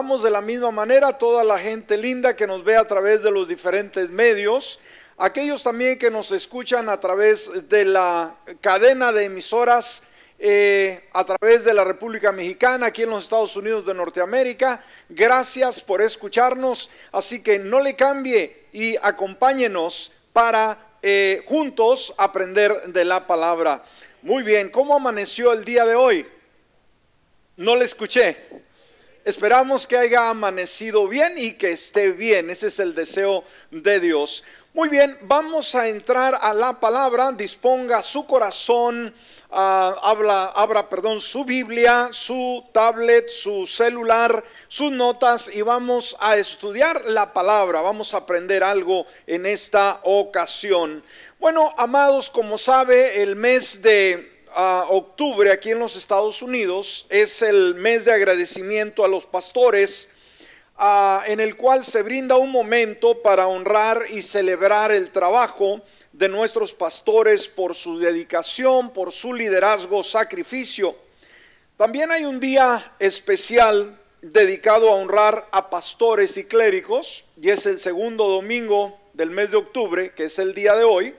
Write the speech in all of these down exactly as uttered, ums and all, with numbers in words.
De la misma manera, toda la gente linda que nos ve a través de los diferentes medios, aquellos también que nos escuchan a través de la cadena de emisoras eh, a través de la República Mexicana, aquí en los Estados Unidos de Norteamérica, gracias por escucharnos, así que no le cambie y acompáñenos para eh, juntos aprender de la palabra. Muy bien, ¿cómo amaneció el día de hoy? No le escuché. Esperamos que haya amanecido bien y que esté bien. Ese es el deseo de Dios. Muy bien, vamos a entrar a la palabra. Disponga su corazón, uh, habla, abra, perdón, su Biblia, su tablet, su celular, sus notas y vamos a estudiar la palabra. Vamos a aprender algo en esta ocasión. Bueno, amados, como sabe, el mes de Uh, octubre aquí en los Estados Unidos es el mes de agradecimiento a los pastores, uh, en el cual se brinda un momento para honrar y celebrar el trabajo de nuestros pastores por su dedicación, por su liderazgo, sacrificio. También hay un día especial dedicado a honrar a pastores y clérigos, y es el segundo domingo del mes de octubre, que es el día de hoy.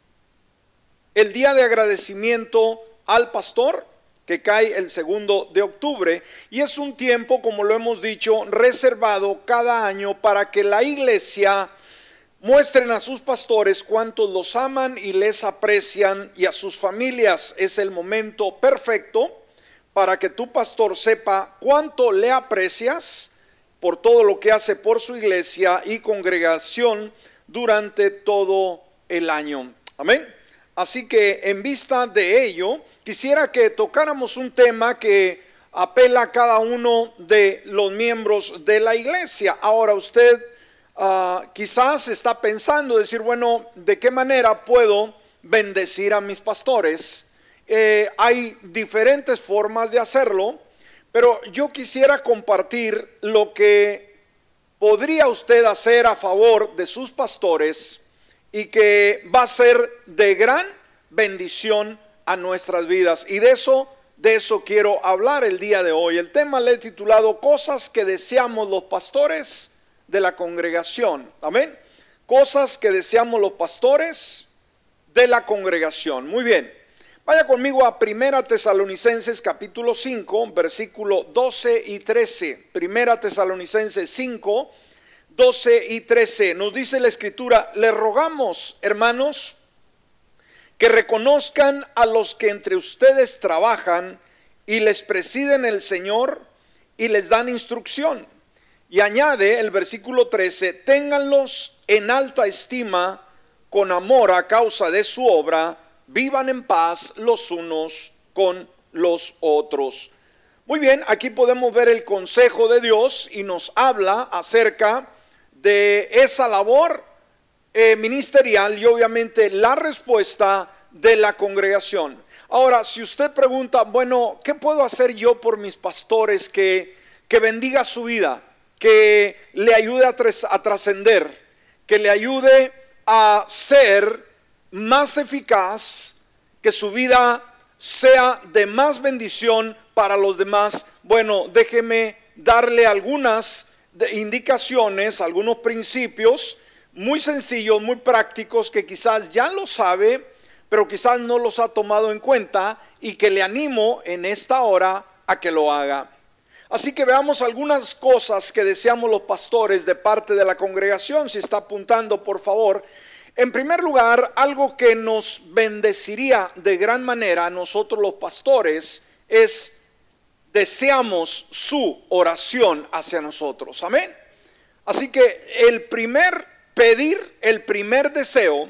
El día de agradecimiento al pastor, que cae el segundo de octubre, y es un tiempo, como lo hemos dicho, reservado cada año para que la iglesia muestren a sus pastores cuántos los aman y les aprecian, y a sus familias. Es el momento perfecto para que tu pastor sepa cuánto le aprecias por todo lo que hace por su iglesia y congregación durante todo el año. Amén. Así que en vista de ello, quisiera que tocáramos un tema que apela a cada uno de los miembros de la iglesia. Ahora usted uh, quizás está pensando, decir, bueno, ¿de qué manera puedo bendecir a mis pastores? Eh, hay diferentes formas de hacerlo, pero yo quisiera compartir lo que podría usted hacer a favor de sus pastores y que va a ser de gran bendición a nuestras vidas. Y de eso, de eso quiero hablar el día de hoy. El tema le he titulado Cosas que deseamos los pastores de la congregación. Amén. Cosas que deseamos los pastores de la congregación. Muy bien. Vaya conmigo a Primera Tesalonicenses capítulo cinco, versículo doce y trece. Primera Tesalonicenses cinco, doce y trece, nos dice la escritura: le rogamos, hermanos, que reconozcan a los que entre ustedes trabajan y les presiden el Señor y les dan instrucción. Y añade el versículo trece: ténganlos en alta estima con amor a causa de su obra, vivan en paz los unos con los otros. Muy bien, aquí podemos ver el consejo de Dios y nos habla acerca de esa labor eh, ministerial y obviamente la respuesta de la congregación. Ahora, si usted pregunta, bueno, ¿qué puedo hacer yo por mis pastores que, que bendiga su vida, que le ayude a, tras, a trascender, que le ayude a ser más eficaz, que su vida sea de más bendición para los demás? Bueno, déjeme darle algunas de indicaciones, algunos principios muy sencillos, muy prácticos, que quizás ya lo sabe, pero quizás no los ha tomado en cuenta, y que le animo en esta hora a que lo haga. Así que veamos algunas cosas que deseamos los pastores de parte de la congregación. Si está apuntando, por favor. En primer lugar, algo que nos bendeciría de gran manera a nosotros los pastores es: deseamos su oración hacia nosotros. Amén. Así que el primer pedir, el primer deseo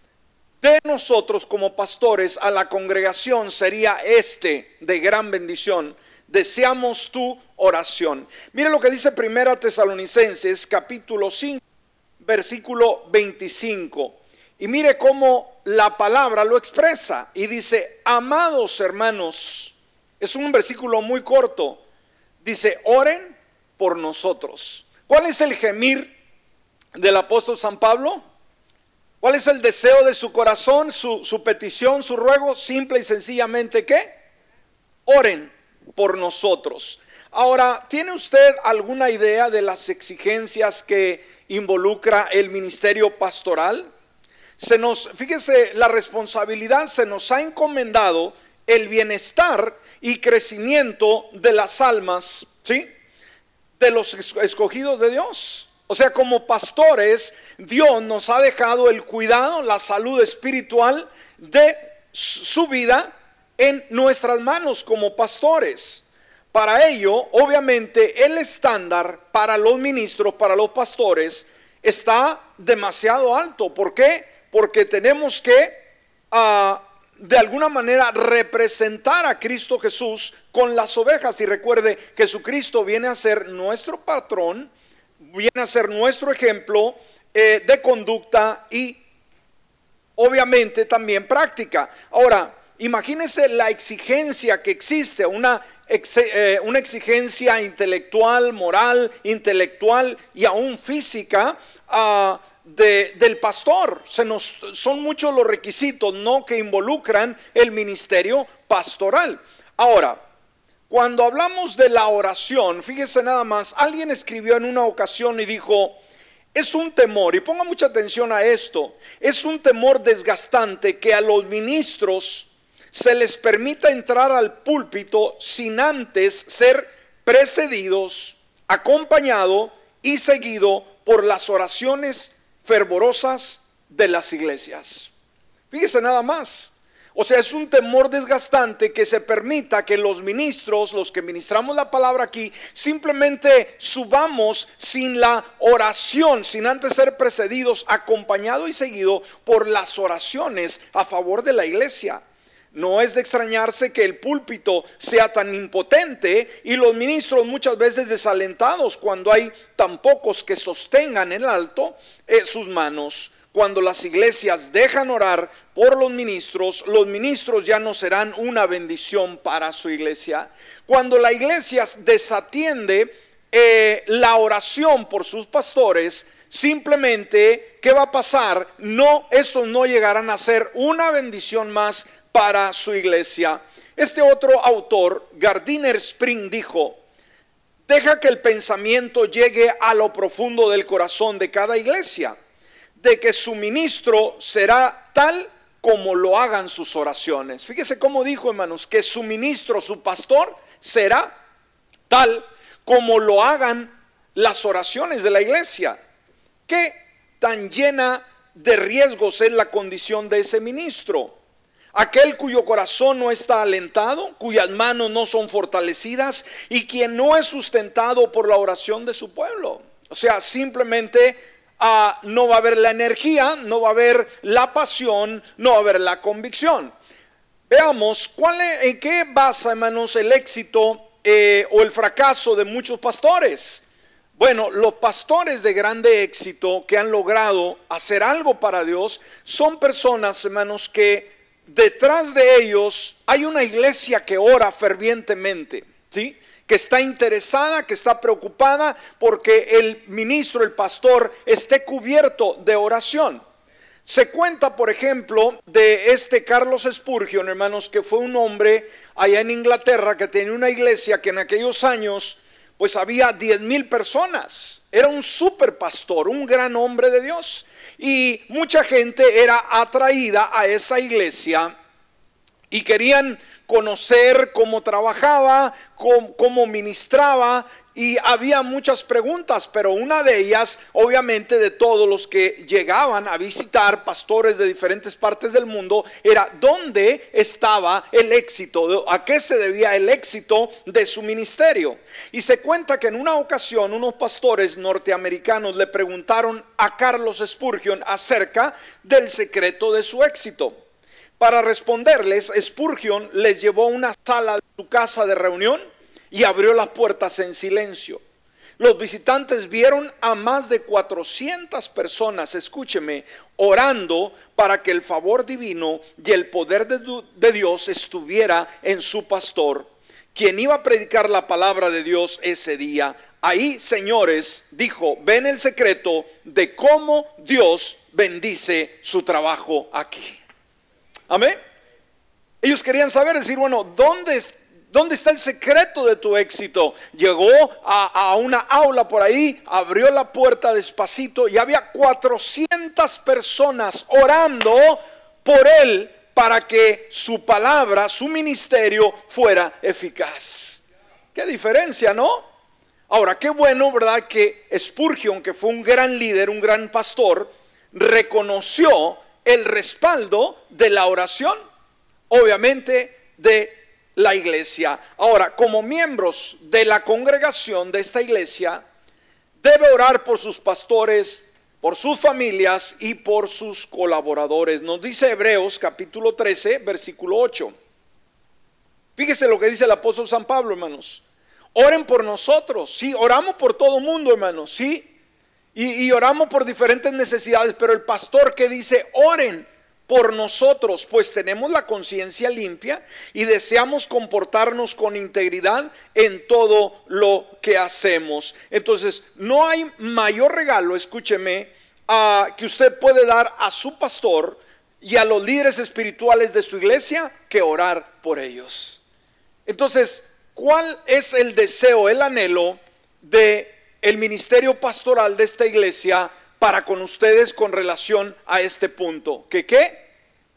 de nosotros como pastores a la congregación sería este, de gran bendición: deseamos tu oración. Mire lo que dice Primera Tesalonicenses capítulo cinco, versículo veinticinco. Y mire cómo la palabra lo expresa. Y dice: amados hermanos. Es un versículo muy corto. Dice: oren por nosotros. ¿Cuál es el gemir del apóstol San Pablo? ¿Cuál es el deseo de su corazón, su, su petición, su ruego? Simple y sencillamente, ¿qué? Oren por nosotros. Ahora, ¿tiene usted alguna idea de las exigencias que involucra el ministerio pastoral? Se nos, fíjese, la responsabilidad se nos ha encomendado el bienestar y crecimiento de las almas, ¿sí?, de los escogidos de Dios. O sea, como pastores, Dios nos ha dejado el cuidado, la salud espiritual de su vida en nuestras manos como pastores. Para ello, obviamente, el estándar para los ministros, para los pastores, está demasiado alto. ¿Por qué? Porque tenemos que, uh, de alguna manera, representar a Cristo Jesús con las ovejas. Y recuerde, Jesucristo viene a ser nuestro patrón, viene a ser nuestro ejemplo eh, de conducta y obviamente también práctica. Ahora, imagínense la exigencia que existe, una, eh, una exigencia intelectual, moral, intelectual y aún física uh, de, del pastor. Se nos, son muchos los requisitos, ¿no?, que involucran el ministerio pastoral. Ahora, cuando hablamos de la oración, fíjese nada más, alguien escribió en una ocasión y dijo: es un temor, y ponga mucha atención a esto, es un temor desgastante que a los ministros se les permita entrar al púlpito sin antes ser precedidos, acompañado y seguido por las oraciones fervorosas de las iglesias. Fíjese nada más. O sea, es un temor desgastante que se permita que los ministros, los que ministramos la palabra aquí, simplemente subamos sin la oración, sin antes ser precedidos, acompañado y seguido por las oraciones a favor de la iglesia. No es de extrañarse que el púlpito sea tan impotente y los ministros muchas veces desalentados cuando hay tan pocos que sostengan en alto eh, sus manos. Cuando las iglesias dejan orar por los ministros, los ministros ya no serán una bendición para su iglesia. Cuando la iglesia desatiende eh, la oración por sus pastores, simplemente, ¿qué va a pasar? No, estos no llegarán a ser una bendición más para su iglesia. Este otro autor, Gardiner Spring, dijo: deja que el pensamiento llegue a lo profundo del corazón de cada iglesia, de que su ministro será tal como lo hagan sus oraciones. Fíjese cómo dijo, hermanos, que su ministro, su pastor, será tal como lo hagan las oraciones de la iglesia. ¿Qué tan llena de riesgos es la condición de ese ministro? Aquel cuyo corazón no está alentado, cuyas manos no son fortalecidas y quien no es sustentado por la oración de su pueblo. O sea, simplemente Uh, no va a haber la energía, no va a haber la pasión, no va a haber la convicción. Veamos cuál es, en qué basa, hermanos, el éxito eh, o el fracaso de muchos pastores. Bueno, los pastores de grande éxito que han logrado hacer algo para Dios son personas, hermanos, que detrás de ellos hay una iglesia que ora fervientemente, ¿sí?, que está interesada, que está preocupada porque el ministro, el pastor, esté cubierto de oración. Se cuenta, por ejemplo, de este Carlos Spurgeon, hermanos, que fue un hombre allá en Inglaterra que tenía una iglesia que en aquellos años pues había diez mil personas. Era un super pastor, un gran hombre de Dios, y mucha gente era atraída a esa iglesia y querían conocer cómo trabajaba, cómo, cómo ministraba, y había muchas preguntas, pero una de ellas, obviamente, de todos los que llegaban a visitar, pastores de diferentes partes del mundo, era ¿dónde estaba el éxito? ¿A qué se debía el éxito de su ministerio? Y se cuenta que en una ocasión unos pastores norteamericanos le preguntaron a Carlos Spurgeon acerca del secreto de su éxito. Para responderles, Spurgeon les llevó a una sala de su casa de reunión y abrió las puertas en silencio. Los visitantes vieron a más de cuatrocientas personas, escúcheme, orando para que el favor divino y el poder de, de Dios estuviera en su pastor, quien iba a predicar la palabra de Dios ese día. Ahí, señores, dijo, ven el secreto de cómo Dios bendice su trabajo aquí. Amén. Ellos querían saber, decir, bueno, ¿dónde, ¿Dónde está el secreto de tu éxito? Llegó a, a una aula por ahí, abrió la puerta despacito y había cuatrocientas personas orando por él para que su palabra, su ministerio fuera eficaz. Qué diferencia, ¿no? Ahora, qué bueno, ¿verdad? Que Spurgeon, que fue un gran líder, un gran pastor, reconoció el respaldo de la oración, obviamente de la iglesia. Ahora, como miembros de la congregación de esta iglesia, debe orar por sus pastores, por sus familias y por sus colaboradores. Nos dice Hebreos capítulo trece, versículo ocho. Fíjese lo que dice el apóstol San Pablo, hermanos. Oren por nosotros. Sí, oramos por todo mundo, hermanos. Sí, y, y oramos por diferentes necesidades. Pero el pastor que dice, oren por nosotros, pues tenemos la conciencia limpia y deseamos comportarnos con integridad en todo lo que hacemos. Entonces, no hay mayor regalo, escúcheme, uh, que usted puede dar a su pastor y a los líderes espirituales de su iglesia que orar por ellos. Entonces, ¿cuál es el deseo, el anhelo de el ministerio pastoral de esta iglesia para con ustedes con relación a este punto? ¿Que qué?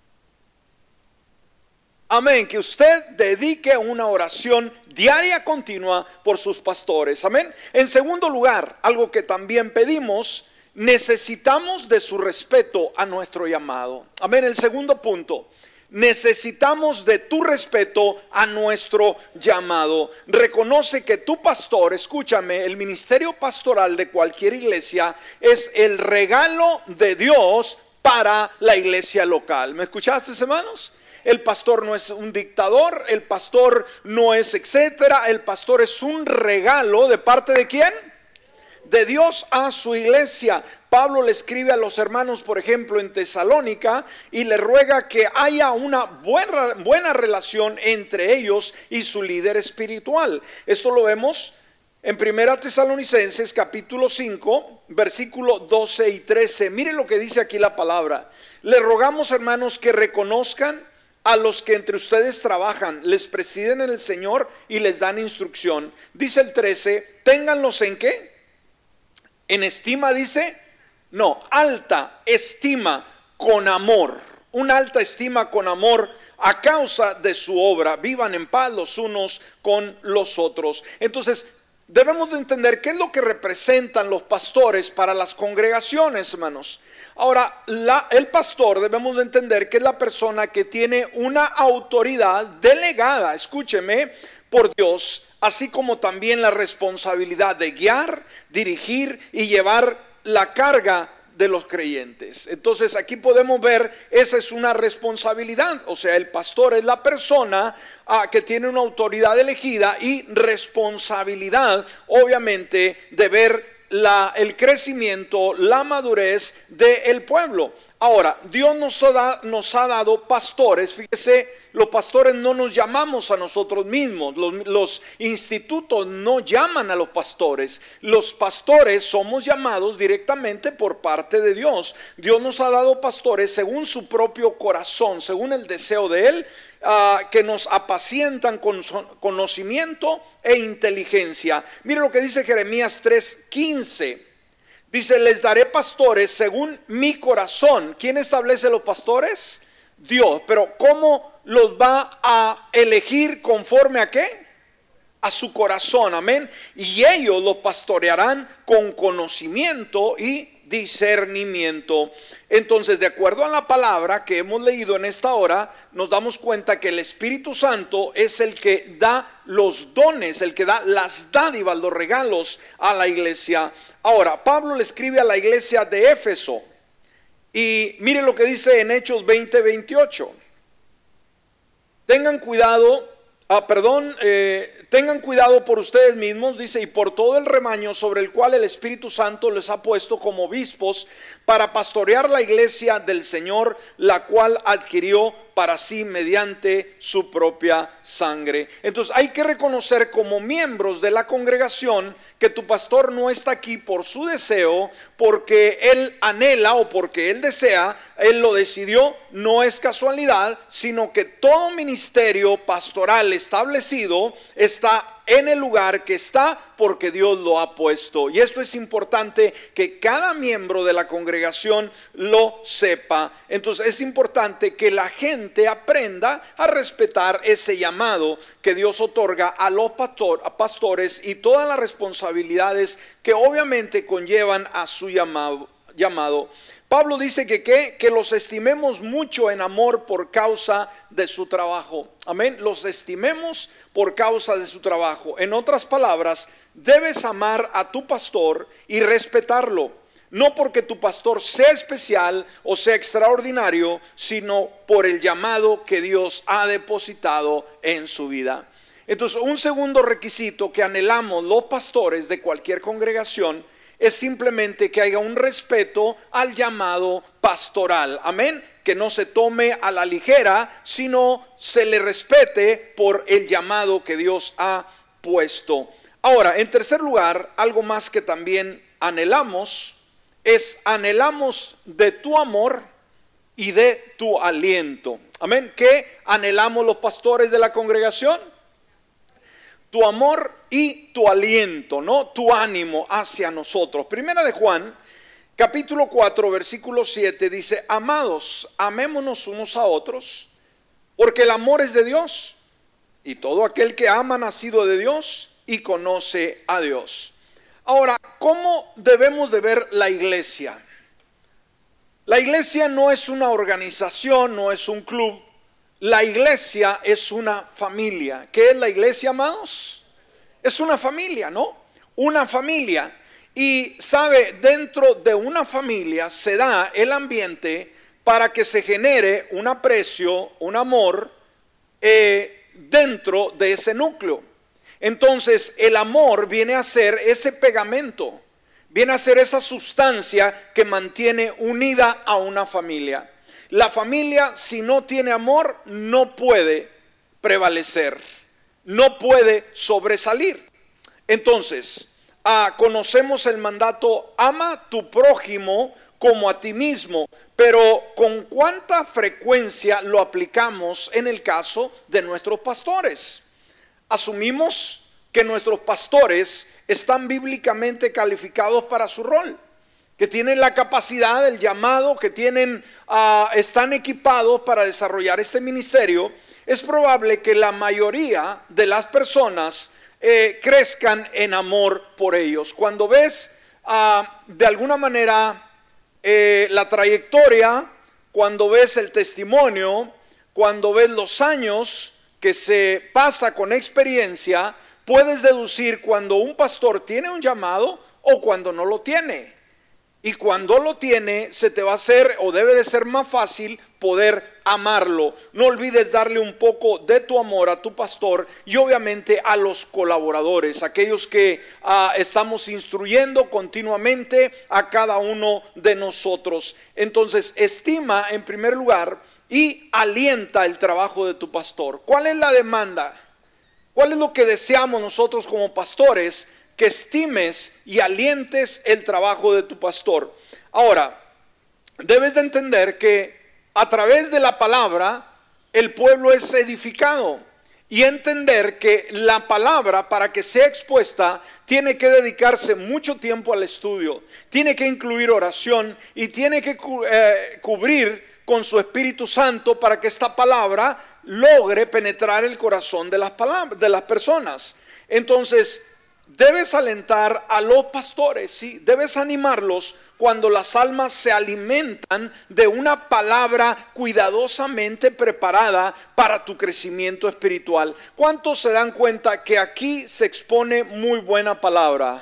Amén, que usted dedique una oración diaria continua por sus pastores. Amén. En segundo lugar, algo que también pedimos, necesitamos de su respeto a nuestro llamado. Amén, el segundo punto. Necesitamos de tu respeto a nuestro llamado. Reconoce que tu pastor, escúchame, el ministerio pastoral de cualquier iglesia es el regalo de Dios para la iglesia local. ¿Me escuchaste, hermanos? El pastor no es un dictador, el pastor no es etcétera, el pastor es un regalo de parte de ¿quién? De Dios a su iglesia. Pablo le escribe a los hermanos, por ejemplo, en Tesalónica y le ruega que haya una buena, buena relación entre ellos y su líder espiritual. Esto lo vemos en Primera Tesalonicenses capítulo cinco, versículo doce y trece. Mire lo que dice aquí la palabra. Le rogamos, hermanos, que reconozcan a los que entre ustedes trabajan, les presiden en el Señor y les dan instrucción. Dice el trece, ténganlos en ¿qué? En estima, dice. No, alta estima con amor. Una alta estima con amor a causa de su obra. Vivan en paz los unos con los otros. Entonces, debemos de entender qué es lo que representan los pastores para las congregaciones, hermanos. Ahora, la, el pastor debemos de entender que es la persona que tiene una autoridad delegada, escúcheme, por Dios, así como también la responsabilidad de guiar, dirigir y llevar la carga de los creyentes. Entonces aquí podemos ver, esa es una responsabilidad. O sea, el pastor es la persona ah, que tiene una autoridad elegida y responsabilidad, obviamente, de ver La, el crecimiento, la madurez del pueblo. Ahora, Dios nos ha, nos ha dado pastores. Fíjese, los pastores no nos llamamos a nosotros mismos. Los, los institutos no llaman a los pastores. Los pastores somos llamados directamente por parte de Dios. Dios nos ha dado pastores según su propio corazón, según el deseo de Él, uh, que nos apacientan con conocimiento e inteligencia. Mire lo que dice Jeremías tres quince. Dice, les daré pastores según mi corazón. ¿Quién establece los pastores? Dios. Pero ¿cómo los va a elegir? ¿Conforme a qué? A su corazón, amén. Y ellos los pastorearán con conocimiento y discernimiento. Entonces, de acuerdo a la palabra que hemos leído en esta hora, nos damos cuenta que el Espíritu Santo es el que da los dones, el que da las dádivas, los regalos a la iglesia. Ahora, Pablo le escribe a la iglesia de Éfeso y mire lo que dice en Hechos veinte veintiocho. Tengan cuidado, ah, perdón, eh, tengan cuidado por ustedes mismos, dice, y por todo el rebaño sobre el cual el Espíritu Santo les ha puesto como obispos para pastorear la iglesia del Señor, la cual adquirió para sí mediante su propia sangre. Entonces hay que reconocer como miembros de la congregación que tu pastor no está aquí por su deseo, porque él anhela o porque él desea, él lo decidió, no es casualidad, sino que todo ministerio pastoral establecido está en el lugar que está porque Dios lo ha puesto. Y esto es importante que cada miembro de la congregación lo sepa. Entonces es importante que la gente aprenda a respetar ese llamado que Dios otorga a los pastor, a pastores y todas las responsabilidades que obviamente conllevan a su llamado. llamado. Pablo dice que, que, que los estimemos mucho en amor por causa de su trabajo. Amén. Los estimemos por causa de su trabajo. En otras palabras, debes amar a tu pastor y respetarlo. No porque tu pastor sea especial o sea extraordinario, sino por el llamado que Dios ha depositado en su vida. Entonces, un segundo requisito que anhelamos los pastores de cualquier congregación es simplemente que haya un respeto al llamado pastoral. Amén. Que no se tome a la ligera, sino se le respete por el llamado que Dios ha puesto. Ahora, en tercer lugar, algo más que también anhelamos es anhelamos de tu amor y de tu aliento. Amén. ¿Qué anhelamos los pastores de la congregación? Tu amor y tu aliento, ¿no? Tu ánimo hacia nosotros. Primera de Juan, capítulo cuatro, versículo siete dice: amados, amémonos unos a otros, porque el amor es de Dios, y todo aquel que ama ha nacido de Dios y conoce a Dios. Ahora, ¿cómo debemos de ver la iglesia? La iglesia no es una organización, no es un club. La iglesia es una familia. ¿Qué es la iglesia, amados? Es una familia, ¿no? Una familia. Y sabe, dentro de una familia se da el ambiente para que se genere un aprecio, un amor eh, dentro de ese núcleo. Entonces el amor viene a ser ese pegamento, viene a ser esa sustancia que mantiene unida a una familia. La familia, si no tiene amor, no puede prevalecer, no puede sobresalir. Entonces, ah, conocemos el mandato: ama a tu prójimo como a ti mismo. Pero ¿con cuánta frecuencia lo aplicamos en el caso de nuestros pastores? Asumimos que nuestros pastores están bíblicamente calificados para su rol, que tienen la capacidad, el llamado, que tienen, uh, están equipados para desarrollar este ministerio. Es probable que la mayoría de las personas eh, crezcan en amor por ellos. Cuando ves uh, de alguna manera eh, la trayectoria, cuando ves el testimonio, cuando ves los años que se pasa con experiencia, puedes deducir cuando un pastor tiene un llamado o cuando no lo tiene. Y cuando lo tiene, se te va a hacer o debe de ser más fácil poder amarlo. No olvides darle un poco de tu amor a tu pastor y obviamente a los colaboradores, aquellos que uh, estamos instruyendo continuamente a cada uno de nosotros. Entonces, estima en primer lugar y alienta el trabajo de tu pastor. ¿Cuál es la demanda? ¿Cuál es lo que deseamos nosotros como pastores? Que estimes y alientes el trabajo de tu pastor. Ahora, debes de entender que a través de la palabra el pueblo es edificado, y entender que la palabra, para que sea expuesta, tiene que dedicarse mucho tiempo al estudio, tiene que incluir oración y tiene que eh, cubrir con su Espíritu Santo para que esta palabra logre penetrar el corazón de las, palabras, de las personas. Entonces, debes alentar a los pastores, ¿sí? Debes animarlos cuando las almas se alimentan de una palabra cuidadosamente preparada para tu crecimiento espiritual. ¿Cuántos se dan cuenta que aquí se expone muy buena palabra?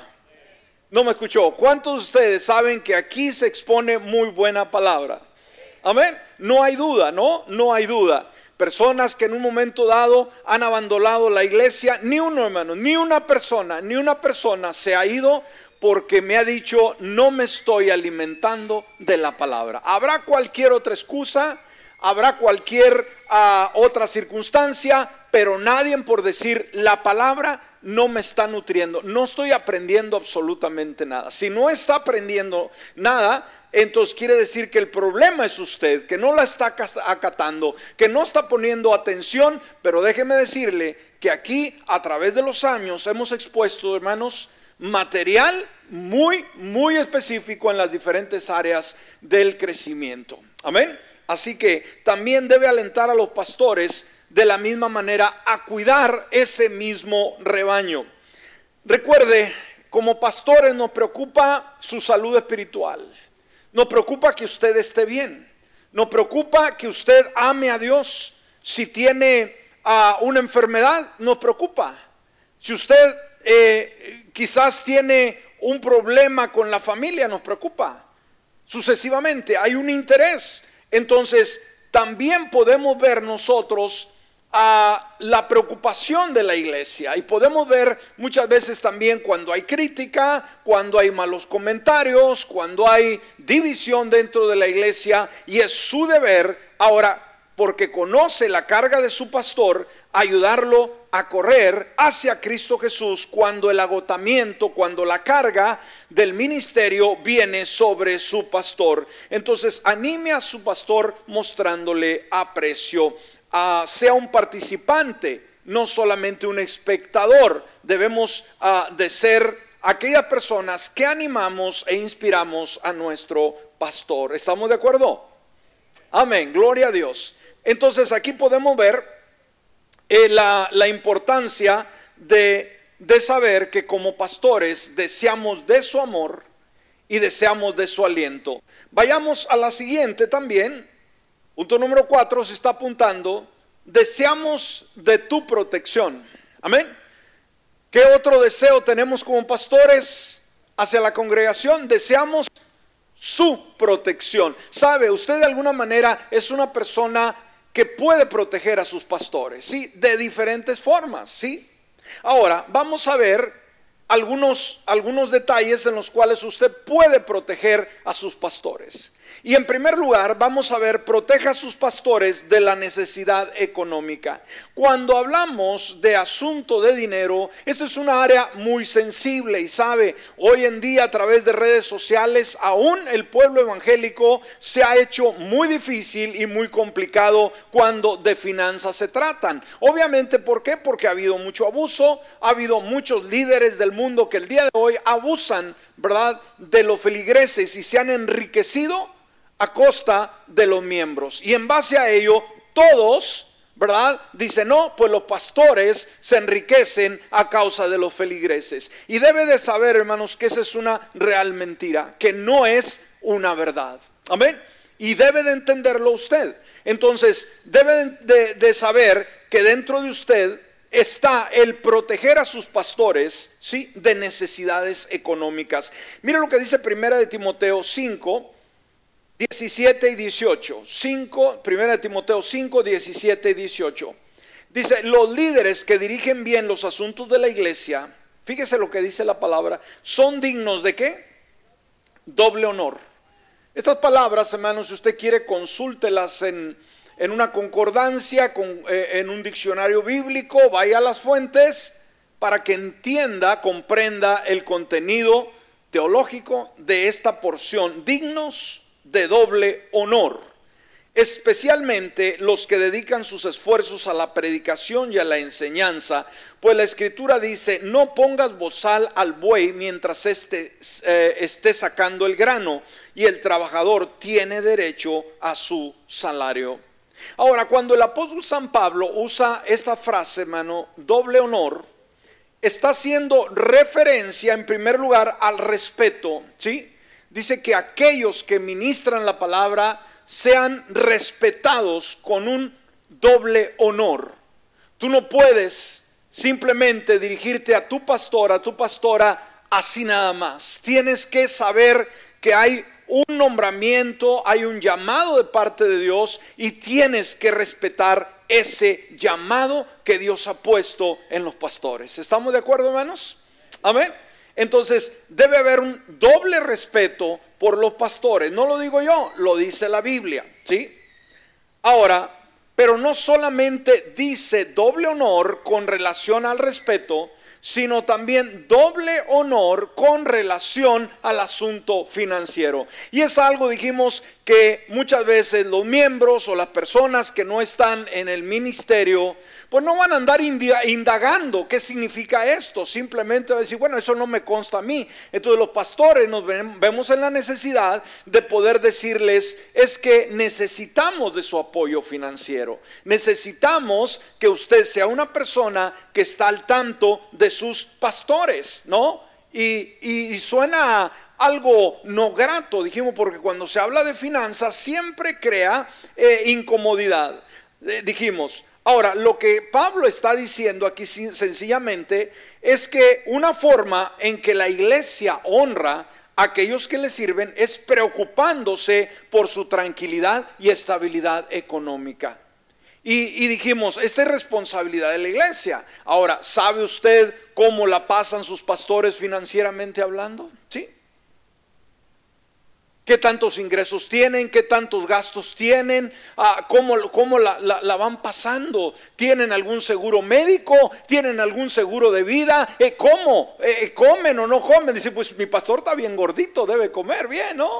No me escuchó. ¿Cuántos de ustedes saben que aquí se expone muy buena palabra? Amén. No hay duda, ¿no? No hay duda. Personas que en un momento dado han abandonado la iglesia, ni uno, hermano, ni una persona, ni una persona se ha ido porque me ha dicho: no me estoy alimentando de la palabra. Habrá cualquier otra excusa, habrá cualquier uh, otra circunstancia, pero nadie por decir la palabra no me está nutriendo, no estoy aprendiendo absolutamente nada. Si no está aprendiendo nada, entonces quiere decir que el problema es usted, que no la está acatando, que no está poniendo atención. Pero déjeme decirle que aquí a través de los años hemos expuesto, hermanos, material muy, muy específico en las diferentes áreas del crecimiento. Amén. Así que también debe alentar a los pastores de la misma manera a cuidar ese mismo rebaño. Recuerde, como pastores nos preocupa su salud espiritual. Nos preocupa que usted esté bien. Nos preocupa que usted ame a Dios. Si tiene uh, una enfermedad, nos preocupa. Si usted eh, quizás tiene un problema con la familia, nos preocupa. Sucesivamente, hay un interés. Entonces, también podemos ver nosotros a la preocupación de la iglesia, y podemos ver muchas veces también cuando hay crítica, cuando hay malos comentarios, cuando hay división dentro de la iglesia, y es su deber ahora, porque conoce la carga de su pastor, ayudarlo a correr hacia Cristo Jesús cuando el agotamiento, cuando la carga del ministerio viene sobre su pastor. Entonces anime a su pastor mostrándole aprecio. Uh, sea un participante, no solamente un espectador. Debemos uh, de ser aquellas personas que animamos e inspiramos a nuestro pastor. ¿Estamos de acuerdo? Amén, gloria a Dios. Entonces aquí podemos ver eh, la, la importancia de, de saber que como pastores deseamos de su amor y deseamos de su aliento. Vayamos a la siguiente también. Punto número cuatro se está apuntando: deseamos de tu protección. Amén. ¿Qué otro deseo tenemos como pastores hacia la congregación? Deseamos su protección. ¿Sabe? Usted de alguna manera es una persona que puede proteger a sus pastores, ¿sí? De diferentes formas, ¿sí? Ahora, vamos a ver algunos, algunos detalles en los cuales usted puede proteger a sus pastores. Y en primer lugar vamos a ver, proteja a sus pastores de la necesidad económica. Cuando hablamos de asunto de dinero, esto es una área muy sensible, y sabe, hoy en día a través de redes sociales, aún el pueblo evangélico se ha hecho muy difícil y muy complicado cuando de finanzas se tratan. Obviamente, ¿por qué? Porque ha habido mucho abuso, ha habido muchos líderes del mundo que el día de hoy abusan, ¿verdad?, de los feligreses y se han enriquecido a costa de los miembros, y en base a ello todos, ¿verdad?, dicen no, pues los pastores se enriquecen a causa de los feligreses. Y debe de saber, hermanos, que esa es una real mentira, que no es una verdad. Amén. Y debe de entenderlo usted. Entonces debe de, de saber que dentro de usted está el proteger a sus pastores, ¿sí?, de necesidades económicas. Mira lo que dice Primera de Timoteo cinco diecisiete y dieciocho. cinco, Primera de Timoteo cinco, diecisiete y dieciocho. Dice: los líderes que dirigen bien los asuntos de la iglesia, fíjese lo que dice la palabra, son dignos de ¿qué? Doble honor. Estas palabras, hermanos, si usted quiere, consúltelas en, en una concordancia, con, eh, en un diccionario bíblico, vaya a las fuentes para que entienda, comprenda el contenido teológico de esta porción. Dignos de doble honor, especialmente los que dedican sus esfuerzos a la predicación y a la enseñanza, pues la escritura dice: no pongas bozal al buey mientras éste eh, esté sacando el grano, y el trabajador tiene derecho a su salario. Ahora, cuando el apóstol San Pablo usa esta frase, hermano, doble honor, está haciendo referencia en primer lugar al respeto, ¿sí? Dice que aquellos que ministran la palabra sean respetados con un doble honor. Tú no puedes simplemente dirigirte a tu pastor, a tu pastora, así nada más. Tienes que saber que hay un nombramiento, hay un llamado de parte de Dios, y tienes que respetar ese llamado que Dios ha puesto en los pastores. ¿Estamos de acuerdo, hermanos? Amén. Entonces debe haber un doble respeto por los pastores. No lo digo yo, lo dice la Biblia, ¿sí? Ahora, pero no solamente dice doble honor con relación al respeto, sino también doble honor con relación al asunto financiero. Y es algo, dijimos, que muchas veces los miembros o las personas que no están en el ministerio, pues no van a andar indagando qué significa esto. Simplemente van a decir, bueno, eso no me consta a mí. Entonces los pastores nos vemos en la necesidad de poder decirles, es que necesitamos de su apoyo financiero. Necesitamos que usted sea una persona que está al tanto de sus pastores, ¿no? Y, y suena algo no grato, dijimos, porque cuando se habla de finanzas siempre crea eh, incomodidad. Eh, dijimos, ahora lo que Pablo está diciendo aquí sencillamente es que una forma en que la iglesia honra a aquellos que le sirven es preocupándose por su tranquilidad y estabilidad económica. Y, y dijimos, esta es responsabilidad de la iglesia. Ahora, ¿sabe usted cómo la pasan sus pastores financieramente hablando? ¿Sí? ¿Qué tantos ingresos tienen? ¿Qué tantos gastos tienen? Ah, ¿Cómo, cómo la, la, la van pasando? ¿Tienen algún seguro médico? ¿Tienen algún seguro de vida? Eh, ¿Cómo? Eh, ¿Comen o no comen? Dice, pues mi pastor está bien gordito, debe comer bien, ¿no?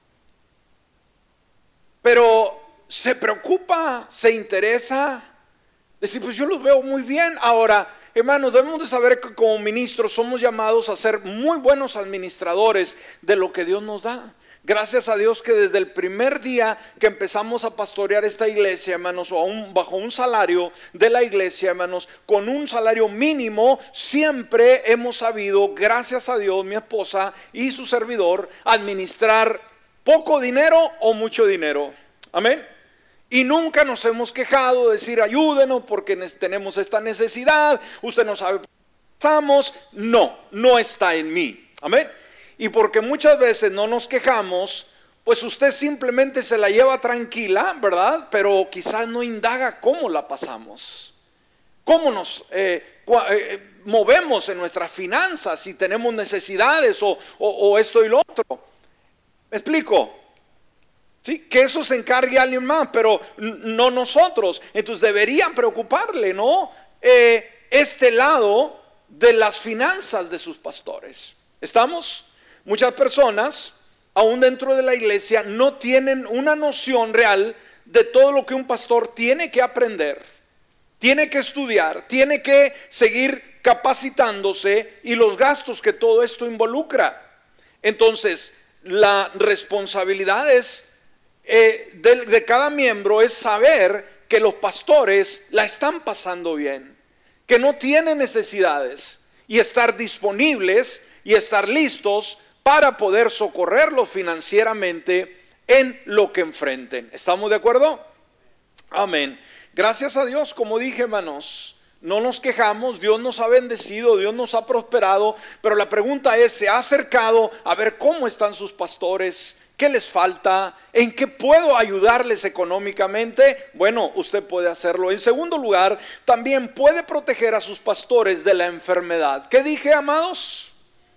Pero se preocupa, se interesa. Dice, pues yo los veo muy bien. Ahora, hermanos, debemos de saber que como ministros somos llamados a ser muy buenos administradores de lo que Dios nos da. Gracias a Dios que desde el primer día que empezamos a pastorear esta iglesia, hermanos, o aún bajo un salario de la iglesia, hermanos, con un salario mínimo, siempre hemos sabido, gracias a Dios, mi esposa y su servidor, administrar poco dinero o mucho dinero. Amén. Y nunca nos hemos quejado de decir, ayúdenos porque tenemos esta necesidad, usted no sabe por qué pasamos. No, no está en mí. Amén. Y porque muchas veces no nos quejamos, pues usted simplemente se la lleva tranquila, ¿verdad? Pero quizás no indaga cómo la pasamos, cómo nos eh, eh, movemos en nuestras finanzas, si tenemos necesidades o, o, o esto y lo otro. ¿Me explico? ¿Sí? Que eso se encargue alguien más, pero no nosotros. Entonces deberían preocuparle, ¿no? Eh, este lado de las finanzas de sus pastores. ¿Estamos? Muchas personas, aún dentro de la iglesia, no tienen una noción real de todo lo que un pastor tiene que aprender, tiene que estudiar, tiene que seguir capacitándose y los gastos que todo esto involucra. Entonces, la responsabilidad es, eh, de, de cada miembro es saber que los pastores la están pasando bien, que no tienen necesidades, y estar disponibles y estar listos para poder socorrerlos financieramente en lo que enfrenten. ¿Estamos de acuerdo? Amén. Gracias a Dios, como dije, hermanos, no nos quejamos, Dios nos ha bendecido, Dios nos ha prosperado, pero la pregunta es, ¿se ha acercado a ver cómo están sus pastores? ¿Qué les falta? ¿En qué puedo ayudarles económicamente? Bueno, usted puede hacerlo. En segundo lugar, también puede proteger a sus pastores de la enfermedad. ¿Qué dije, amados?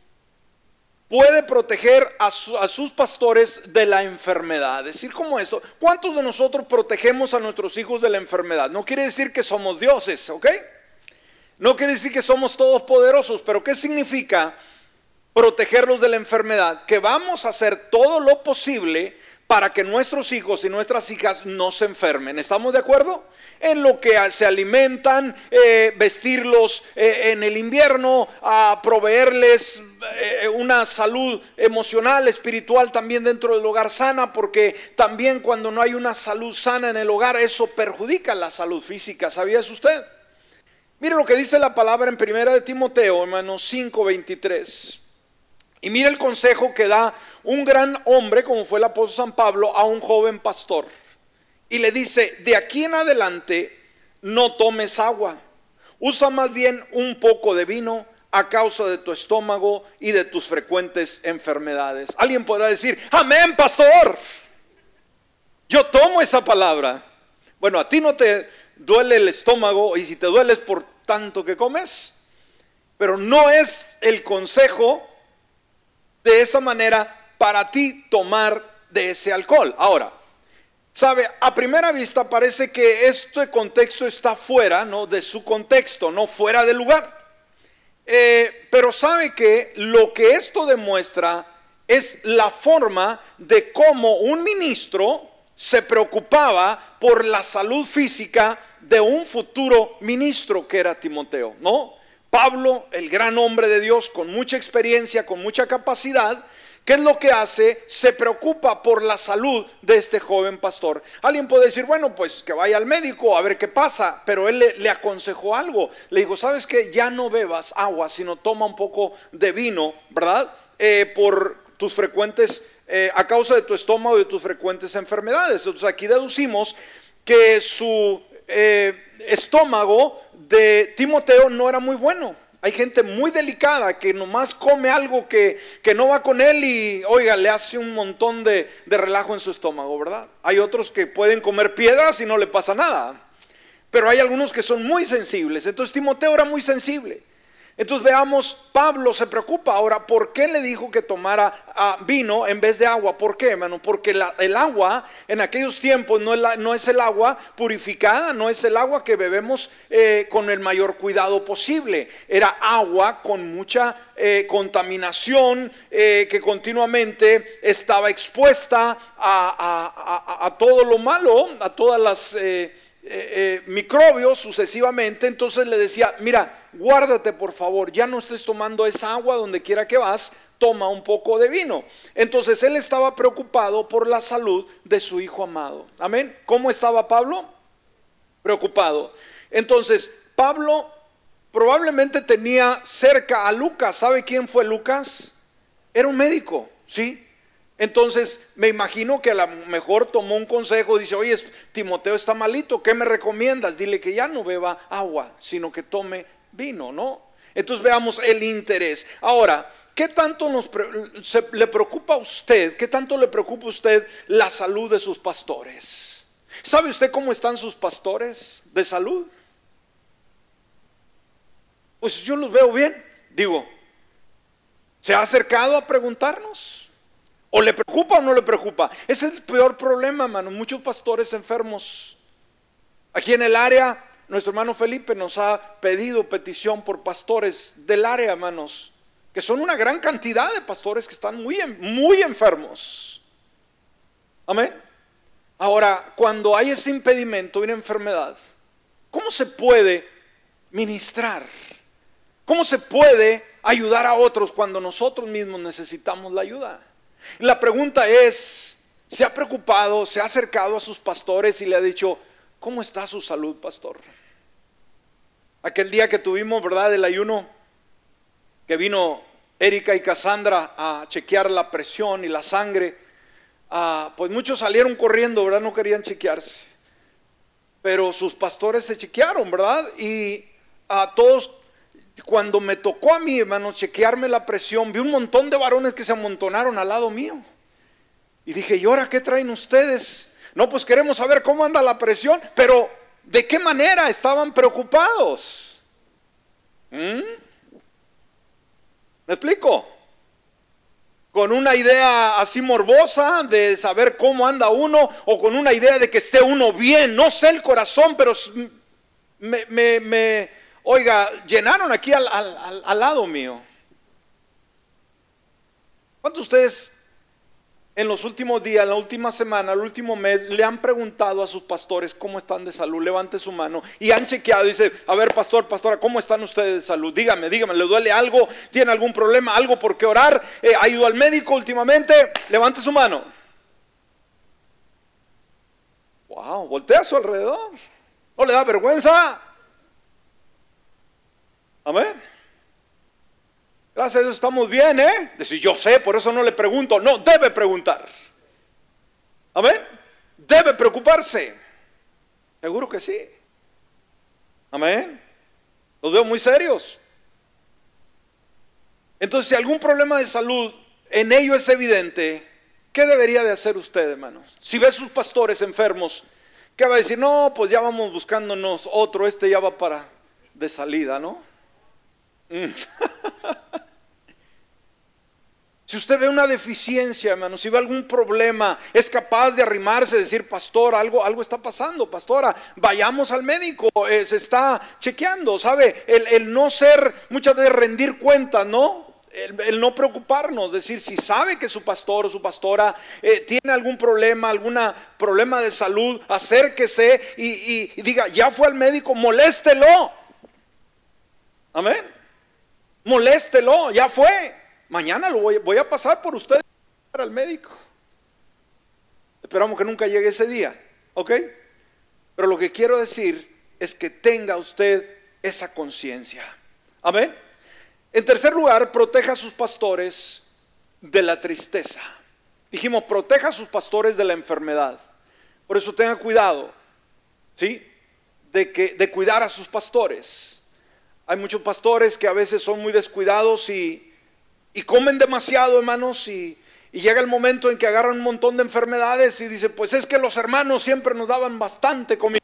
Puede proteger a, su, a sus pastores de la enfermedad. Es decir, ¿cómo esto? ¿Cuántos de nosotros protegemos a nuestros hijos de la enfermedad? No quiere decir que somos dioses, ¿ok? No quiere decir que somos todos poderosos, pero ¿qué significa protegerlos de la enfermedad? Que vamos a hacer todo lo posible para que nuestros hijos y nuestras hijas no se enfermen. ¿Estamos de acuerdo? En lo que se alimentan, eh, vestirlos eh, en el invierno, a proveerles eh, una salud emocional, espiritual también dentro del hogar sana, porque también cuando no hay una salud sana en el hogar, eso perjudica la salud física. ¿Sabía eso usted? Mire lo que dice la palabra en primera de Timoteo, hermanos, cinco veintitrés. Y mire el consejo que da un gran hombre como fue el apóstol San Pablo a un joven pastor. Y le dice, de aquí en adelante no tomes agua, usa más bien un poco de vino a causa de tu estómago y de tus frecuentes enfermedades. Alguien podrá decir, amén, pastor, yo tomo esa palabra. Bueno, a ti no te duele el estómago, y si te duele es por tanto que comes, pero no es el consejo de esa manera para ti tomar de ese alcohol. Ahora, Sabe, a primera vista parece que este contexto está fuera, ¿no?, de su contexto, no fuera del lugar. Eh, pero sabe que lo que esto demuestra es la forma de cómo un ministro se preocupaba por la salud física de un futuro ministro que era Timoteo, ¿no? Pablo, el gran hombre de Dios con mucha experiencia, con mucha capacidad, ¿qué es lo que hace? Se preocupa por la salud de este joven pastor. Alguien puede decir, bueno, pues que vaya al médico a ver qué pasa, pero él le, le aconsejó algo. Le dijo, ¿sabes qué? Ya no bebas agua, sino toma un poco de vino, ¿verdad? Eh, por tus frecuentes, eh, a causa de tu estómago y de tus frecuentes enfermedades. Entonces aquí deducimos que su eh, estómago de Timoteo no era muy bueno. Hay gente muy delicada que nomás come algo que, que no va con él y, oiga, le hace un montón de, de relajo en su estómago, ¿verdad? Hay otros que pueden comer piedras y no le pasa nada, pero hay algunos que son muy sensibles. Entonces Timoteo era muy sensible. Entonces veamos, Pablo se preocupa. Ahora, ¿por qué le dijo que tomara uh, vino en vez de agua? ¿Por qué, hermano? Porque la, el agua en aquellos tiempos no es, la, no es el agua purificada, no es el agua que bebemos eh, con el mayor cuidado posible. Era agua con mucha eh, contaminación eh, que continuamente estaba expuesta a, a, a, a todo lo malo, a todas las eh, eh, eh, microbios sucesivamente. Entonces le decía, mira, guárdate por favor, ya no estés tomando esa agua donde quiera que vas, toma un poco de vino. Entonces él estaba preocupado por la salud de su hijo amado. Amén. ¿Cómo estaba Pablo? Preocupado. Entonces Pablo probablemente tenía cerca a Lucas. ¿Sabe quién fue Lucas? Era un médico, ¿sí? Entonces me imagino que a lo mejor tomó un consejo. Dice, oye, Timoteo está malito, ¿qué me recomiendas? Dile que ya no beba agua, sino que tome vino, ¿no? Entonces veamos el interés. Ahora, ¿qué tanto nos se, le preocupa a usted? ¿Qué tanto le preocupa a usted la salud de sus pastores? ¿Sabe usted cómo están sus pastores de salud? Pues yo los veo bien. Digo, ¿se ha acercado a preguntarnos? ¿O le preocupa o no le preocupa? Ese es el peor problema, hermano. Muchos pastores enfermos. Aquí en el área, nuestro hermano Felipe nos ha pedido petición por pastores del área, hermanos, que son una gran cantidad de pastores que están muy, muy enfermos. Amén. Ahora, cuando hay ese impedimento, una enfermedad, ¿cómo se puede ministrar? ¿Cómo se puede ayudar a otros cuando nosotros mismos necesitamos la ayuda? La pregunta es, ¿se ha preocupado, se ha acercado a sus pastores y le ha dicho, ¿cómo está su salud, pastor? Aquel día que tuvimos, ¿verdad?, el ayuno, que vino Erika y Cassandra a chequear la presión y la sangre, ah, pues muchos salieron corriendo, ¿verdad? No querían chequearse, pero sus pastores se chequearon, ¿verdad? Y a todos, cuando me tocó a mí, hermano, chequearme la presión, vi un montón de varones que se amontonaron al lado mío. Y dije, ¿y ahora qué traen ustedes? No, pues queremos saber cómo anda la presión, pero ¿de qué manera estaban preocupados? ¿Mm? ¿Me explico? Con una idea así morbosa de saber cómo anda uno, o con una idea de que esté uno bien. No sé el corazón, pero me... me, me Oiga, llenaron aquí al, al, al, al lado mío. ¿Cuántos de ustedes en los últimos días, en la última semana, el último mes, le han preguntado a sus pastores cómo están de salud? Levante su mano y han chequeado y dice, a ver, pastor, pastora, ¿cómo están ustedes de salud? Dígame, dígame, ¿le duele algo? ¿Tiene algún problema? ¿Algo por qué orar? Eh, ¿Ha ido al médico últimamente? Levante su mano. Wow, voltea a su alrededor. ¿No le da vergüenza? Amén. Gracias a Dios estamos bien, ¿eh? Decir, yo sé, por eso no le pregunto. No, debe preguntar. Amén. Debe preocuparse. Seguro que sí. Amén. Los veo muy serios. Entonces, si algún problema de salud en ello es evidente, ¿qué debería de hacer usted, hermanos? Si ve a sus pastores enfermos, ¿qué va a decir? No, pues ya vamos buscándonos otro, este ya va para de salida, ¿no? Si usted ve una deficiencia, hermano, si ve algún problema, es capaz de arrimarse y decir, pastor, algo, algo está pasando, pastora, vayamos al médico, eh, se está chequeando, ¿sabe? El, el no ser, muchas veces rendir cuentas, ¿no? El, el no preocuparnos, decir, si sabe que su pastor o su pastora eh, tiene algún problema, algún problema de salud, acérquese y, y, y diga, ya fue al médico, moléstelo. Amén. Moléstelo, ya fue. Mañana lo voy, voy a pasar por usted para el médico. Esperamos que nunca llegue ese día, ¿ok? Pero lo que quiero decir es que tenga usted esa conciencia. Amén. En tercer lugar, proteja a sus pastores de la tristeza. Dijimos, proteja a sus pastores de la enfermedad. Por eso tenga cuidado, ¿sí? De, que, de cuidar a sus pastores. Hay muchos pastores que a veces son muy descuidados y Y comen demasiado, hermanos, y, y llega el momento en que agarran un montón de enfermedades y dicen, pues es que los hermanos siempre nos daban bastante comida.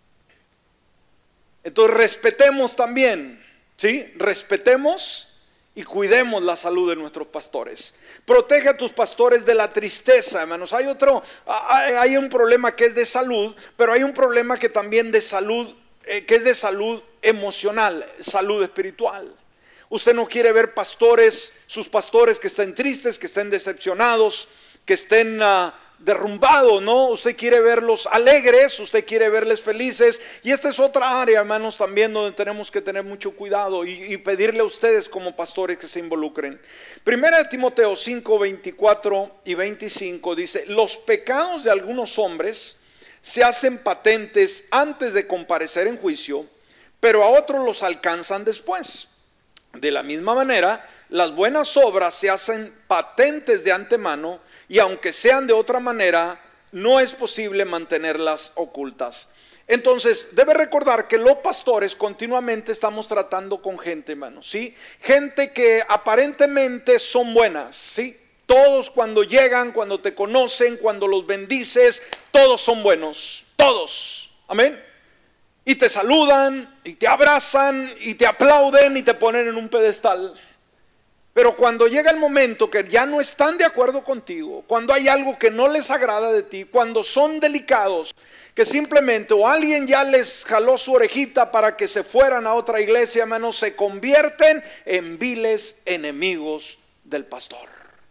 Entonces respetemos también, ¿sí? Respetemos y cuidemos la salud de nuestros pastores. Protege a tus pastores de la tristeza, hermanos. Hay otro, hay un problema que es de salud, pero hay un problema que también de salud, eh, que es de salud emocional, salud espiritual. Usted no quiere ver pastores, sus pastores que estén tristes, que estén decepcionados, que estén uh, derrumbados, ¿no? Usted quiere verlos alegres, usted quiere verles felices. Y esta es otra área, hermanos, también donde tenemos que tener mucho cuidado y, y pedirle a ustedes como pastores que se involucren. Primera de Timoteo cinco, veinticuatro y veinticinco dice, los pecados de algunos hombres se hacen patentes antes de comparecer en juicio, pero a otros los alcanzan después. De la misma manera, las buenas obras se hacen patentes de antemano y aunque sean de otra manera, no es posible mantenerlas ocultas. Entonces, debe recordar que los pastores continuamente estamos tratando con gente, hermanos, ¿sí? Gente que aparentemente son buenas, ¿sí? Todos cuando llegan, cuando te conocen, cuando los bendices, todos son buenos, todos, amén. Y te saludan, y te abrazan, y te aplauden, y te ponen en un pedestal. Pero cuando llega el momento que ya no están de acuerdo contigo, cuando hay algo que no les agrada de ti, cuando son delicados, que simplemente o alguien ya les jaló su orejita para que se fueran a otra iglesia, hermanos, se convierten en viles enemigos del pastor.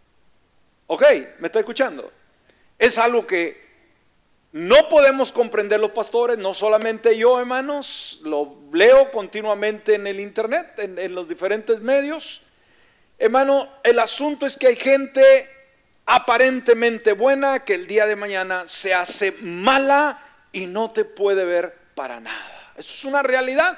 ¿Ok? ¿Me está escuchando? Es algo que no podemos comprender los pastores, no solamente yo, hermanos, lo leo continuamente en el internet, en, en los diferentes medios. Hermano, el asunto es que hay gente aparentemente buena que el día de mañana se hace mala y no te puede ver para nada. Eso es una realidad.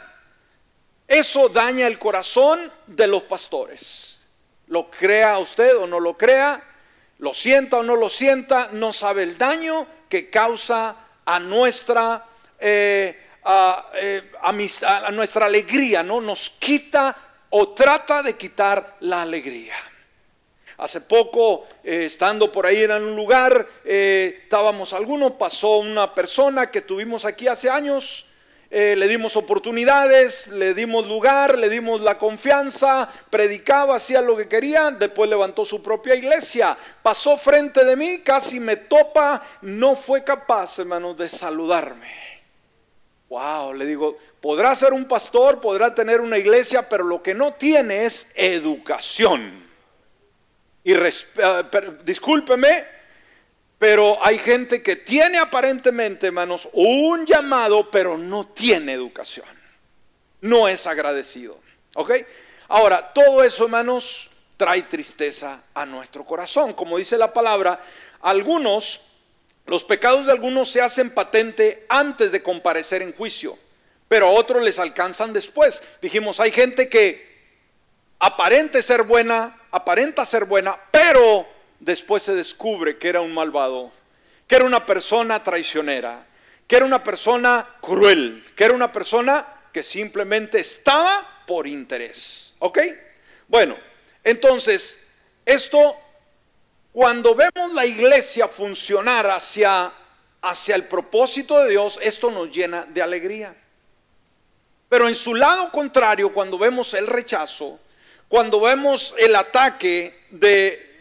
Eso daña el corazón de los pastores. Lo crea usted o no lo crea, lo sienta o no lo sienta, no sabe el daño que causa a nuestra eh, a, eh, amistad, a nuestra alegría, ¿no? Nos quita o trata de quitar la alegría. Hace poco, eh, estando por ahí en un lugar, eh, estábamos algunos, pasó una persona que tuvimos aquí hace años. Eh, le dimos oportunidades, le dimos lugar, le dimos la confianza, predicaba, hacía lo que quería, después levantó su propia iglesia, pasó frente de mí, casi me topa, no fue capaz, hermanos, de saludarme. Wow, le digo, podrá ser un pastor, podrá tener una iglesia, pero lo que no tiene es educación. Y uh, per, discúlpeme, pero hay gente que tiene aparentemente, hermanos, un llamado, pero no tiene educación. No es agradecido. ¿Ok? Ahora, todo eso, hermanos, trae tristeza a nuestro corazón. Como dice la palabra, algunos, los pecados de algunos se hacen patente antes de comparecer en juicio, pero a otros les alcanzan después. Dijimos, hay gente que aparente ser buena, aparenta ser buena, pero después se descubre que era un malvado, que era una persona traicionera, que era una persona cruel, que era una persona que simplemente estaba por interés. ¿Ok? Bueno, entonces, esto, cuando vemos la iglesia funcionar hacia, hacia el propósito de Dios, esto nos llena de alegría. Pero en su lado contrario, cuando vemos el rechazo, cuando vemos el ataque de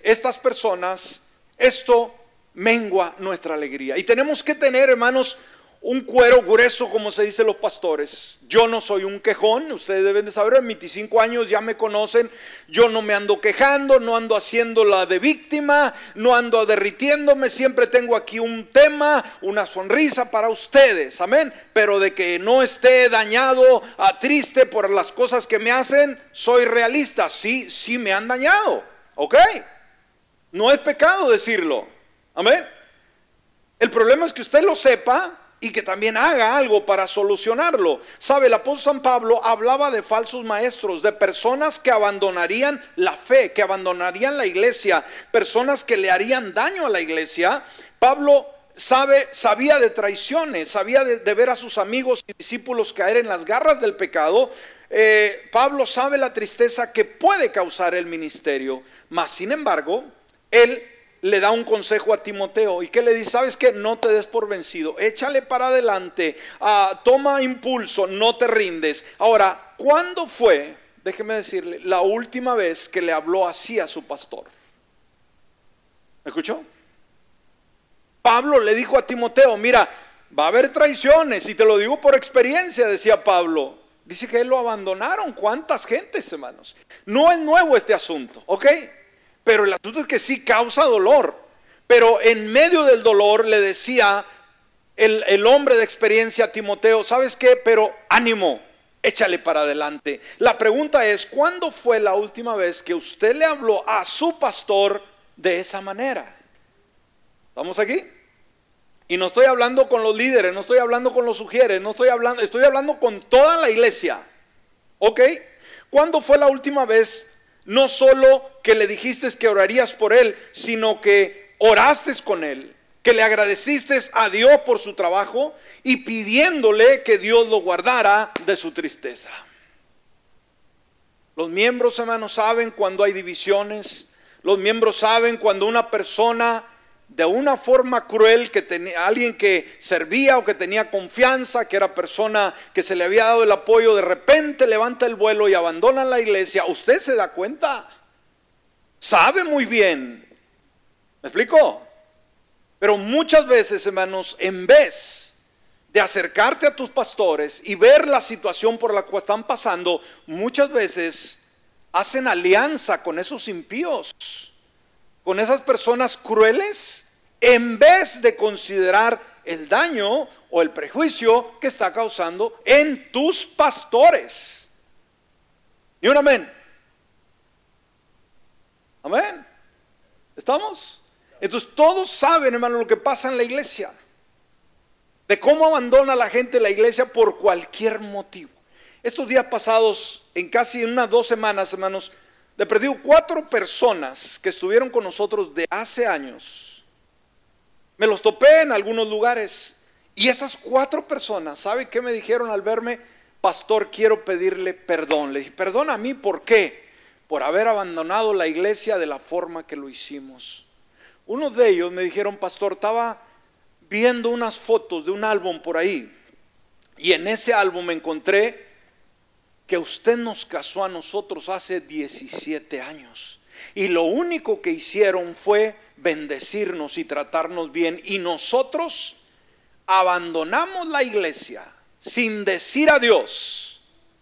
estas personas, esto mengua nuestra alegría. Y tenemos que tener, hermanos, un cuero grueso, como se dice los pastores. Yo no soy un quejón, ustedes deben de saber, en veinticinco años ya me conocen. Yo no me ando quejando, no ando haciéndola de víctima, no ando derritiéndome. Siempre tengo aquí un tema, una sonrisa para ustedes, amén. Pero de que no esté dañado, a triste por las cosas que me hacen, soy realista. Sí, sí me han dañado, ok. No es pecado decirlo, amén. El problema es que usted lo sepa y que también haga algo para solucionarlo. Sabe, el apóstol San Pablo hablaba de falsos maestros, de personas que abandonarían la fe, que abandonarían la iglesia, personas que le harían daño a la iglesia. Pablo sabe, sabía de traiciones, sabía de, de ver a sus amigos y discípulos caer en las garras del pecado. eh, Pablo sabe la tristeza que puede causar el ministerio, mas sin embargo, él le da un consejo a Timoteo. ¿Y qué le dice? ¿Sabes qué? No te des por vencido, échale para adelante, uh, toma impulso, no te rindes. Ahora, ¿cuándo fue, déjeme decirle, la última vez que le habló así a su pastor? ¿Me escuchó? Pablo le dijo a Timoteo, mira, va a haber traiciones, y te lo digo por experiencia, decía Pablo. Dice que él lo abandonaron. ¿Cuántas gentes, hermanos? No es nuevo este asunto, ¿ok? Pero el asunto es que sí causa dolor. Pero en medio del dolor le decía el, el hombre de experiencia a Timoteo, ¿sabes qué? Pero ánimo, échale para adelante. La pregunta es, ¿cuándo fue la última vez que usted le habló a su pastor de esa manera? ¿Estamos aquí? Y no estoy hablando con los líderes, no estoy hablando con los sugieres, no estoy hablando, estoy hablando con toda la iglesia. ¿Ok? ¿Cuándo fue la última vez? No solo que le dijiste que orarías por él, sino que oraste con él, que le agradeciste a Dios por su trabajo y pidiéndole que Dios lo guardara de su tristeza. Los miembros, hermanos, saben cuando hay divisiones. Los miembros saben cuando una persona, de una forma cruel, que tenía alguien que servía o que tenía confianza, que era persona que se le había dado el apoyo, de repente levanta el vuelo y abandona la iglesia. Usted se da cuenta, sabe muy bien. ¿Me explico? Pero muchas veces, hermanos, en vez de acercarte a tus pastores y ver la situación por la cual están pasando, muchas veces hacen alianza con esos impíos, con esas personas crueles, en vez de considerar el daño o el prejuicio que está causando en tus pastores. ¿Y un amén? Amén. ¿Estamos? Entonces todos saben, hermano, lo que pasa en la iglesia, de cómo abandona la gente la iglesia por cualquier motivo. Estos días pasados, en casi unas dos semanas, hermanos, de perdido cuatro personas que estuvieron con nosotros de hace años, me los topé en algunos lugares. Y estas cuatro personas, ¿sabe qué me dijeron al verme? Pastor, quiero pedirle perdón. Le dije, perdón a mí, ¿por qué? Por haber abandonado la iglesia de la forma que lo hicimos. Unos de ellos me dijeron, pastor, estaba viendo unas fotos de un álbum por ahí, y en ese álbum me encontré que usted nos casó a nosotros hace diecisiete años, y lo único que hicieron fue bendecirnos y tratarnos bien, y nosotros abandonamos la iglesia sin decir adiós,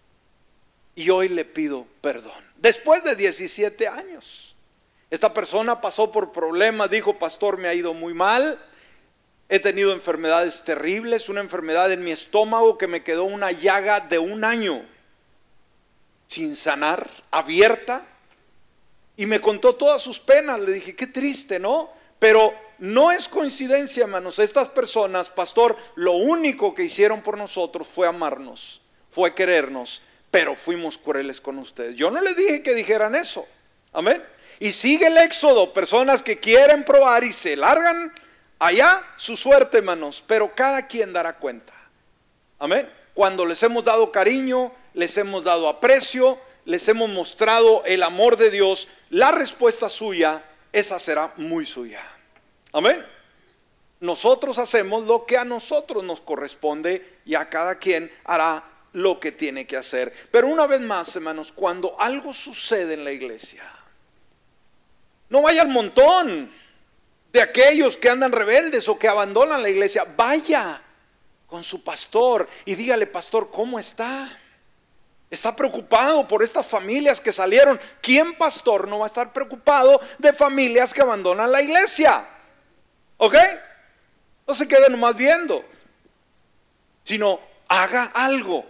y hoy le pido perdón. Después de diecisiete años, esta persona pasó por problemas, dijo, pastor, me ha ido muy mal, he tenido enfermedades terribles, una enfermedad en mi estómago que me quedó una llaga de un año sin sanar, abierta, y me contó todas sus penas. Le dije, qué triste, ¿no? Pero no es coincidencia, hermanos, estas personas, pastor, lo único que hicieron por nosotros fue amarnos, fue querernos, pero fuimos crueles con ustedes. Yo no les dije que dijeran eso, amén. Y sigue el éxodo, personas que quieren probar y se largan allá, su suerte, hermanos, pero cada quien dará cuenta, amén. Cuando les hemos dado cariño, les hemos dado aprecio, les hemos mostrado el amor de Dios, la respuesta suya, esa será muy suya, amén. Nosotros hacemos lo que a nosotros nos corresponde y a cada quien hará lo que tiene que hacer. Pero una vez más, hermanos, cuando algo sucede en la iglesia, no vaya al montón de aquellos que andan rebeldes o que abandonan la iglesia. Vaya con su pastor y dígale: pastor, ¿cómo está? Está preocupado por estas familias que salieron. ¿Quién, pastor, no va a estar preocupado de familias que abandonan la iglesia? ¿Ok? No se quede nomás viendo, sino haga algo.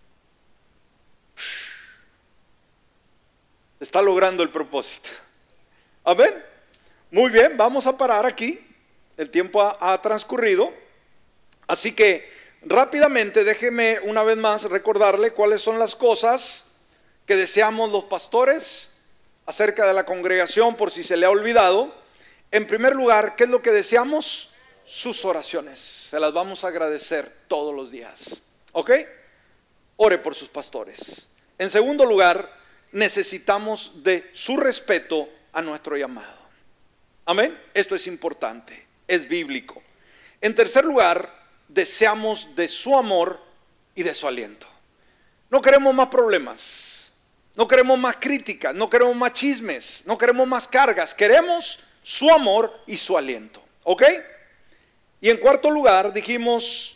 Está logrando el propósito. Amén. Muy bien, vamos a parar aquí. El tiempo ha, ha transcurrido. Así que rápidamente déjeme una vez más recordarle cuáles son las cosas que deseamos los pastores acerca de la congregación, por si se le ha olvidado. En primer lugar, ¿qué es lo que deseamos? Sus oraciones. Se las vamos a agradecer todos los días. ¿Ok? Ore por sus pastores. En segundo lugar, necesitamos de su respeto a nuestro llamado. Amén. Esto es importante, es bíblico. En tercer lugar, deseamos de su amor y de su aliento. No queremos más problemas, no queremos más críticas, no queremos más chismes, no queremos más cargas. Queremos su amor y su aliento. ¿Ok? Y en cuarto lugar, dijimos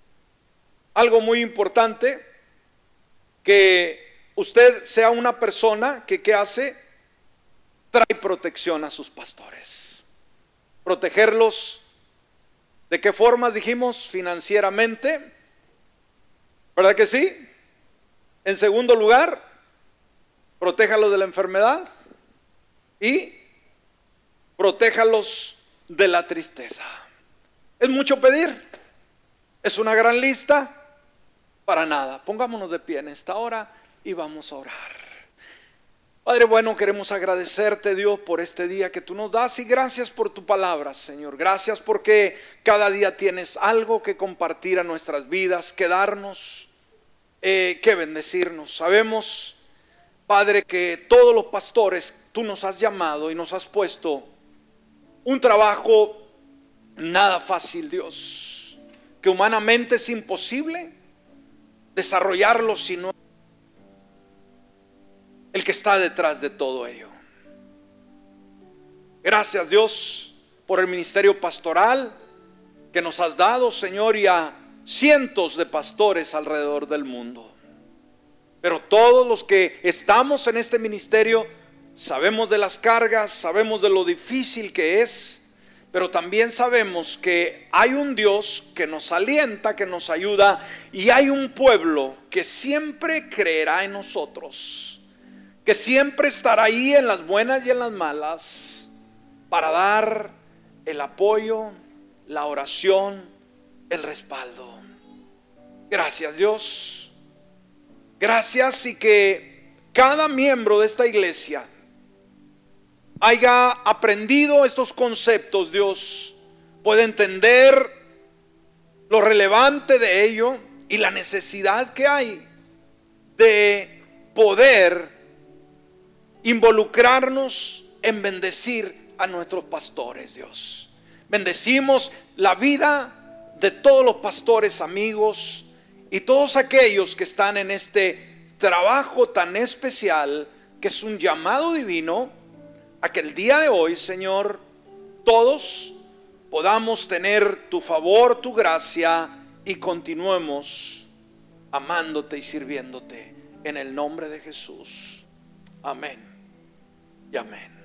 algo muy importante: que usted sea una persona que ¿qué hace? Trae protección a sus pastores. Protegerlos, ¿de qué formas dijimos? Financieramente, ¿verdad que sí? En segundo lugar, protéjalos de la enfermedad y protéjalos de la tristeza. ¿Es mucho pedir? ¿Es una gran lista? Para nada. Pongámonos de pie en esta hora y vamos a orar. Padre bueno, queremos agradecerte, Dios, por este día que tú nos das, y gracias por tu palabra, Señor. Gracias porque cada día tienes algo que compartir a nuestras vidas, que darnos, eh, que bendecirnos. Sabemos, Padre, que todos los pastores tú nos has llamado y nos has puesto un trabajo nada fácil, Dios, que humanamente es imposible desarrollarlo si no el que está detrás de todo ello. Gracias, Dios, por el ministerio pastoral que nos has dado, Señor, y a cientos de pastores alrededor del mundo. Pero todos los que estamos en este ministerio sabemos de las cargas, sabemos de lo difícil que es, pero también sabemos que hay un Dios que nos alienta, que nos ayuda, y hay un pueblo que siempre creerá en nosotros, que siempre estará ahí en las buenas y en las malas para dar el apoyo, la oración, el respaldo. Gracias, Dios. Gracias, y que cada miembro de esta iglesia haya aprendido estos conceptos, Dios, puede entender lo relevante de ello y la necesidad que hay de poder involucrarnos en bendecir a nuestros pastores, Dios. Bendecimos la vida de todos los pastores amigos y todos aquellos que están en este trabajo tan especial que es un llamado divino, a que el día de hoy, Señor, todos podamos tener tu favor, tu gracia, y continuemos amándote y sirviéndote en el nombre de Jesús. Amén y amén.